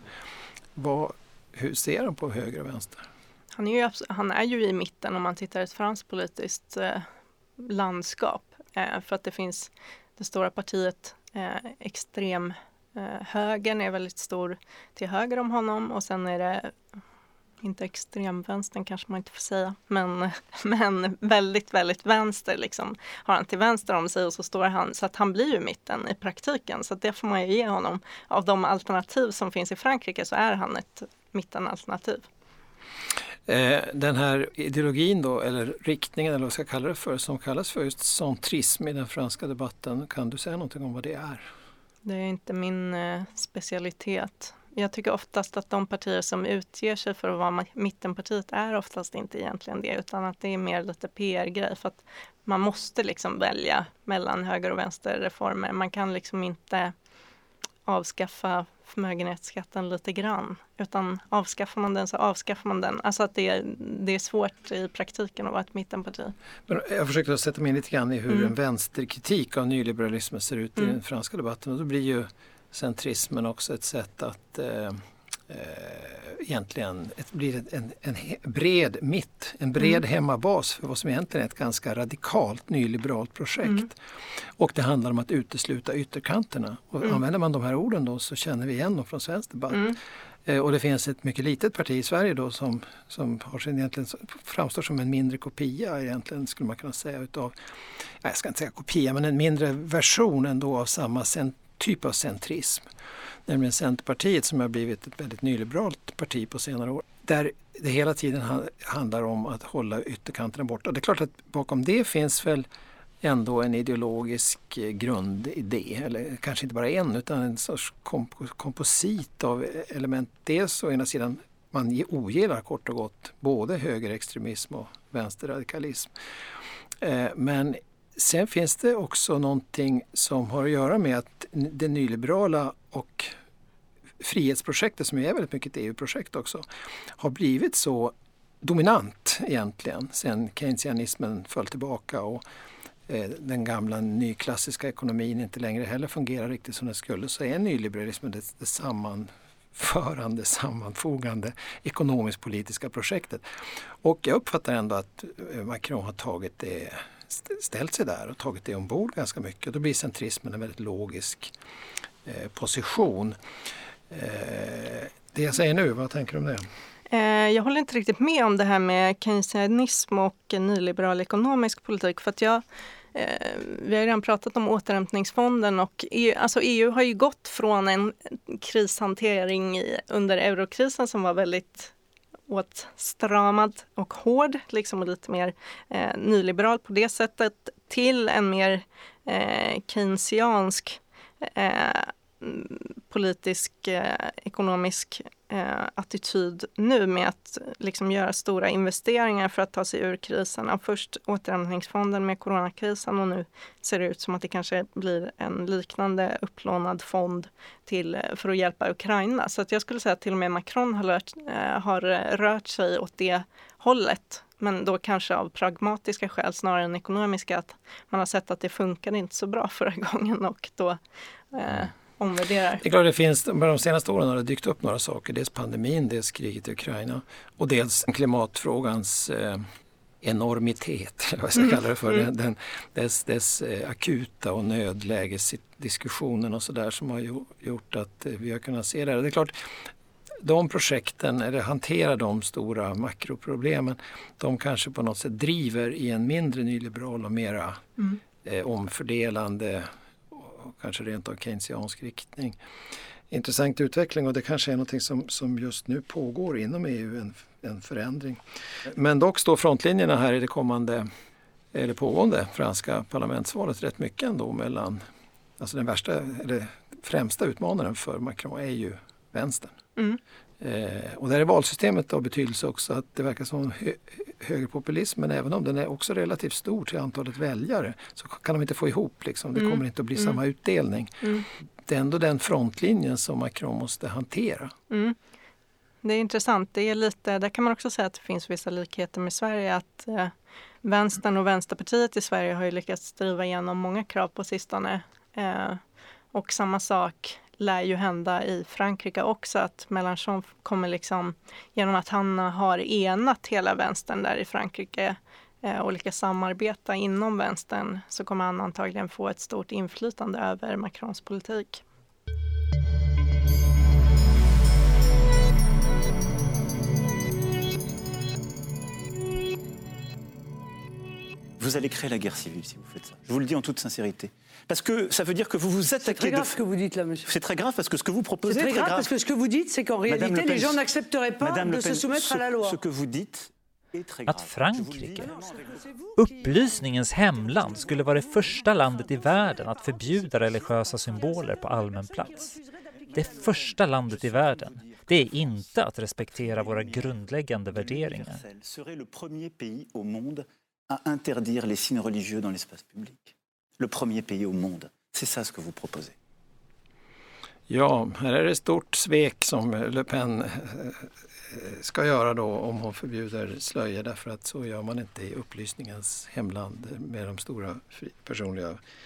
Hur ser han på höger och vänster? Han är ju i mitten om man tittar ett franskt politiskt landskap. För att det finns det stora partiet extrem högern är väldigt stor till höger om honom. Och sen är det inte extremvänstern kanske man inte får säga. Men väldigt, väldigt vänster liksom har han till vänster om sig och så står han. Så att han blir ju mitten i praktiken. Så att det får man ju ge honom. Av de alternativ som finns i Frankrike så är han ett mittenalternativ. Den här ideologin då, eller riktningen eller vad ska jag kalla det för, som kallas för just centrism i den franska debatten. Kan du säga någonting om vad det är? Det är inte min specialitet. Jag tycker oftast att de partier som utger sig för att vara mittenpartiet är oftast inte egentligen det, utan att det är mer lite PR-grej, för att man måste liksom välja mellan höger- och vänsterreformer. Man kan liksom inte avskaffa förmögenhetsskatten lite grann, utan avskaffar man den så avskaffar man den. Alltså att det är svårt i praktiken att vara ett mittenparti. Men jag försökte sätta mig in lite grann i hur en vänsterkritik av nyliberalismen ser ut i den franska debatten, och då blir ju centrismen också ett sätt egentligen blir en bred mitt, en bred hemmabas för vad som egentligen är ett ganska radikalt nyliberalt projekt. Och det handlar om att utesluta ytterkanterna. Och använder man de här orden då så känner vi igen dem från svensk debatt. Och det finns ett mycket litet parti i Sverige då som har sin egentligen framstår som en mindre kopia egentligen skulle man kunna säga utav, jag ska inte säga kopia, men en mindre version ändå av samma typ av centrism. Nämligen Centerpartiet som har blivit ett väldigt nyliberalt parti på senare år. Där det hela tiden handlar om att hålla ytterkanterna borta. Det är klart att bakom det finns väl ändå en ideologisk grundidé. Eller kanske inte bara en utan en sorts komposit av element. Dels å ena sidan man ogillar kort och gott både högerextremism och vänsterradikalism. Men sen finns det också någonting som har att göra med att det nyliberala och frihetsprojektet som är väldigt mycket ett EU-projekt också har blivit så dominant egentligen sen keynesianismen föll tillbaka och den gamla nyklassiska ekonomin inte längre heller fungerar riktigt som den skulle, så är nyliberalismen det sammanfogande ekonomisk-politiska projektet. Och jag uppfattar ändå att Macron har ställt sig där och tagit det ombord ganska mycket. Då blir centrismen en väldigt logisk position. Det jag säger nu, vad tänker du om det? Jag håller inte riktigt med om det här med keynesianism och nyliberal ekonomisk politik för att vi har redan pratat om återhämtningsfonden och EU har ju gått från en krishantering under eurokrisen som var väldigt åtstramad och hård liksom och lite mer nyliberal på det sättet till en mer keynesiansk politisk ekonomisk attityd nu med att liksom göra stora investeringar för att ta sig ur krisen. Först återhämtningsfonden med coronakrisen och nu ser det ut som att det kanske blir en liknande upplånad fond för att hjälpa Ukraina. Så att jag skulle säga att till och med Macron har rört sig åt det hållet. Men då kanske av pragmatiska skäl snarare än ekonomiska, att man har sett att det funkade inte så bra förra gången och då omvärderar. Det är klart det finns, bara de senaste åren har det dykt upp några saker. Dels pandemin, dels kriget i Ukraina och dels klimatfrågans enormitet, eller vad jag ska kalla det för. Dess akuta och nödlägesdiskussionen och sådär som har gjort att vi har kunnat se det här. Det är klart, de projekten, eller hanterar de stora makroproblemen, de kanske på något sätt driver i en mindre nyliberal och mera omfördelande och kanske rent av keynesiansk riktning. Intressant utveckling och det kanske är någonting som just nu pågår inom EU, en förändring. Men dock står frontlinjerna här i det kommande eller pågående franska parlamentsvalet rätt mycket ändå mellan, alltså den värsta eller främsta utmanaren för Macron är ju vänstern. Och där är valsystemet av betydelse också att det verkar som högerpopulism, men även om den är också relativt stor till antalet väljare så kan de inte få ihop liksom. Det kommer inte att bli samma utdelning. Det är ändå den frontlinjen som Macron måste hantera. Det är intressant. Det är lite, där kan man också säga att det finns vissa likheter med Sverige, att vänstern och Vänsterpartiet i Sverige har ju lyckats driva igenom många krav på sistone. Och samma sak lär ju hända i Frankrike också, att Mélenchon kommer liksom, genom att han har enat hela vänstern där i Frankrike och lyckas samarbeta inom vänstern, så kommer han antagligen få ett stort inflytande över Macrons politik. Vous allez créer la guerre civile si vous faites ça. Je vous le dis en toute sincérité. Parce que ça veut dire que vous vous attaquez... C'est très grave ce que vous dites là, monsieur. C'est très grave parce que ce que vous proposez... C'est très grave parce que ce que vous dites, c'est qu'en réalité, les gens n'accepteraient pas de se soumettre à la loi. Ce que vous dites est très grave. Att Frankrike, upplysningens hemland, skulle vara det första landet i världen att förbjuda religiösa symboler på allmän plats. Det första landet i världen. Det är inte att respektera våra grundläggande värderingar. Serait le premier pays au monde à interdire les signes religieux dans l'espace public. Le premier pays au monde. C'est ça ce que vous proposez. Ja, här är det stort svek som Le Pen ska göra då om hon förbjuder slöja, därför att så gör man inte i upplysningens hemland med de stora personliga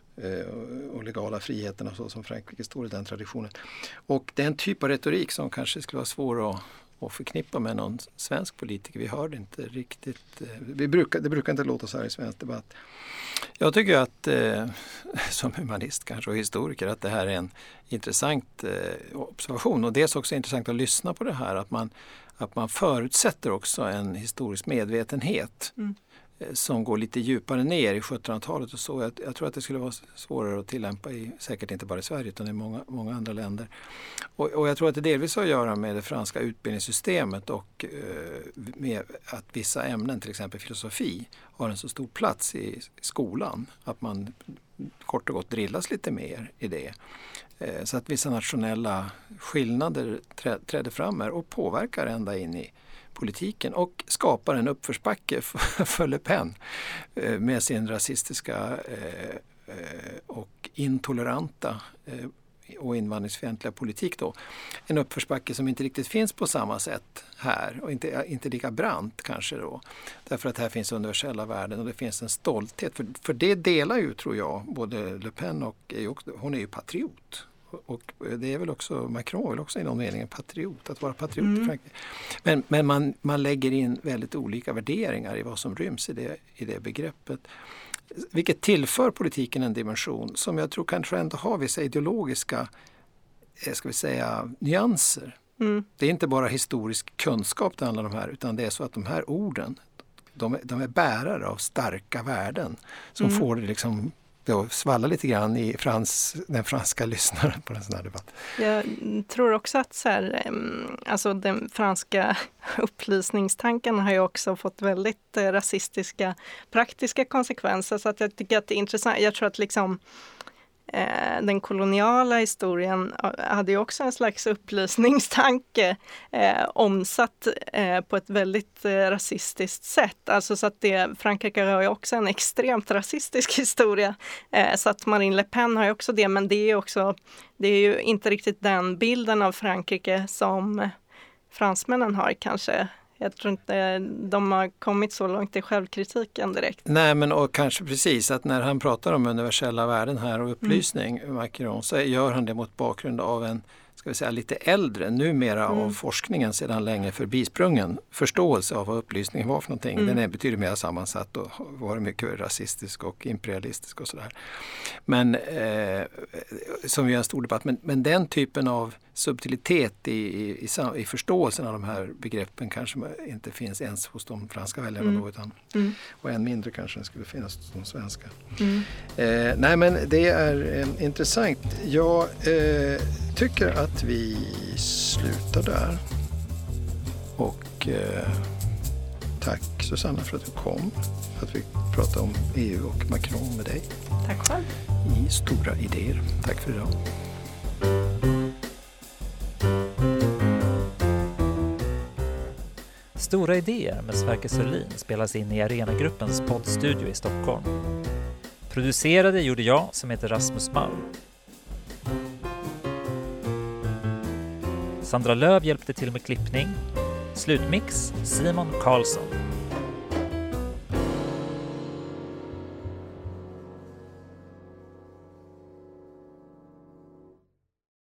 och legala friheterna så som Frankrike står i den traditionen. Och det är en typ av retorik som kanske skulle vara svår att förknippa med någon svensk politiker. Vi hör det inte riktigt. Det brukar inte låta så här i svensk debatt. Jag tycker att som humanist kanske och historiker att det här är en intressant observation. Och det är också intressant att lyssna på det här. Att man förutsätter också en historisk medvetenhet som går lite djupare ner i 1700-talet och så. Jag tror att det skulle vara svårare att tillämpa säkert inte bara i Sverige utan i många andra länder. Och jag tror att det delvis har att göra med det franska utbildningssystemet och med att vissa ämnen, till exempel filosofi, har en så stor plats i skolan. Att man kort och gott drillas lite mer i det. Så att vissa nationella skillnader träder fram här och påverkar ända in i politiken och skapar en uppförsbacke för Le Pen med sin rasistiska och intoleranta och invandringsfientliga politik då. En uppförsbacke som inte riktigt finns på samma sätt här och inte lika brant kanske då. Därför att här finns universella värden och det finns en stolthet. För det delar ju, tror jag, både Le Pen och hon är ju patriot. Och det är väl också, Macron är väl också i någon mening en patriot, att vara patriot i Frankrike. Men man lägger in väldigt olika värderingar i vad som ryms i det begreppet. Vilket tillför politiken en dimension som jag tror kanske ändå har vissa ideologiska nyanser. Det är inte bara historisk kunskap det handlar om här, utan det är så att de här orden, de är bärare av starka värden som får det liksom svalla lite grann i den franska lyssnaren på en sån här debatt. Jag tror också att så här, alltså den franska upplysningstanken har ju också fått väldigt rasistiska praktiska konsekvenser, så att jag tycker att det är intressant. Jag tror att liksom den koloniala historien hade ju också en slags upplysningstanke omsatt på ett väldigt rasistiskt sätt. Alltså så att Frankrike har ju också en extremt rasistisk historia. Så att Marine Le Pen har ju också det, men det är ju inte riktigt den bilden av Frankrike som fransmännen har kanske. Jag tror inte de har kommit så långt i självkritiken direkt. Nej, men och kanske precis att när han pratar om universella värden här och upplysning, Macron, så gör han det mot bakgrund av en, ska vi säga, lite äldre, numera av forskningen sedan länge förbisprungen förståelse av vad upplysning var för någonting. Den är betydligt mer sammansatt och var mycket rasistisk och imperialistisk och sådär. Men som ju är en stor debatt, men den typen av subtilitet i förståelsen av de här begreppen kanske inte finns ens hos de franska väljarna då, utan och än mindre kanske den skulle finnas hos de svenska. Nej, men det är intressant. Jag tycker att vi slutar där. Och tack Susanna för att du kom. Att vi pratade om EU och Macron med dig. Tack själv. I Stora idéer. Tack för idag. Stora idéer med Sverker Sörlin spelas in i Arenagruppens poddstudio i Stockholm. Producerade gjorde jag, som heter Rasmus Malm. Sandra Löv hjälpte till med klippning. Slutmix Simon Karlsson.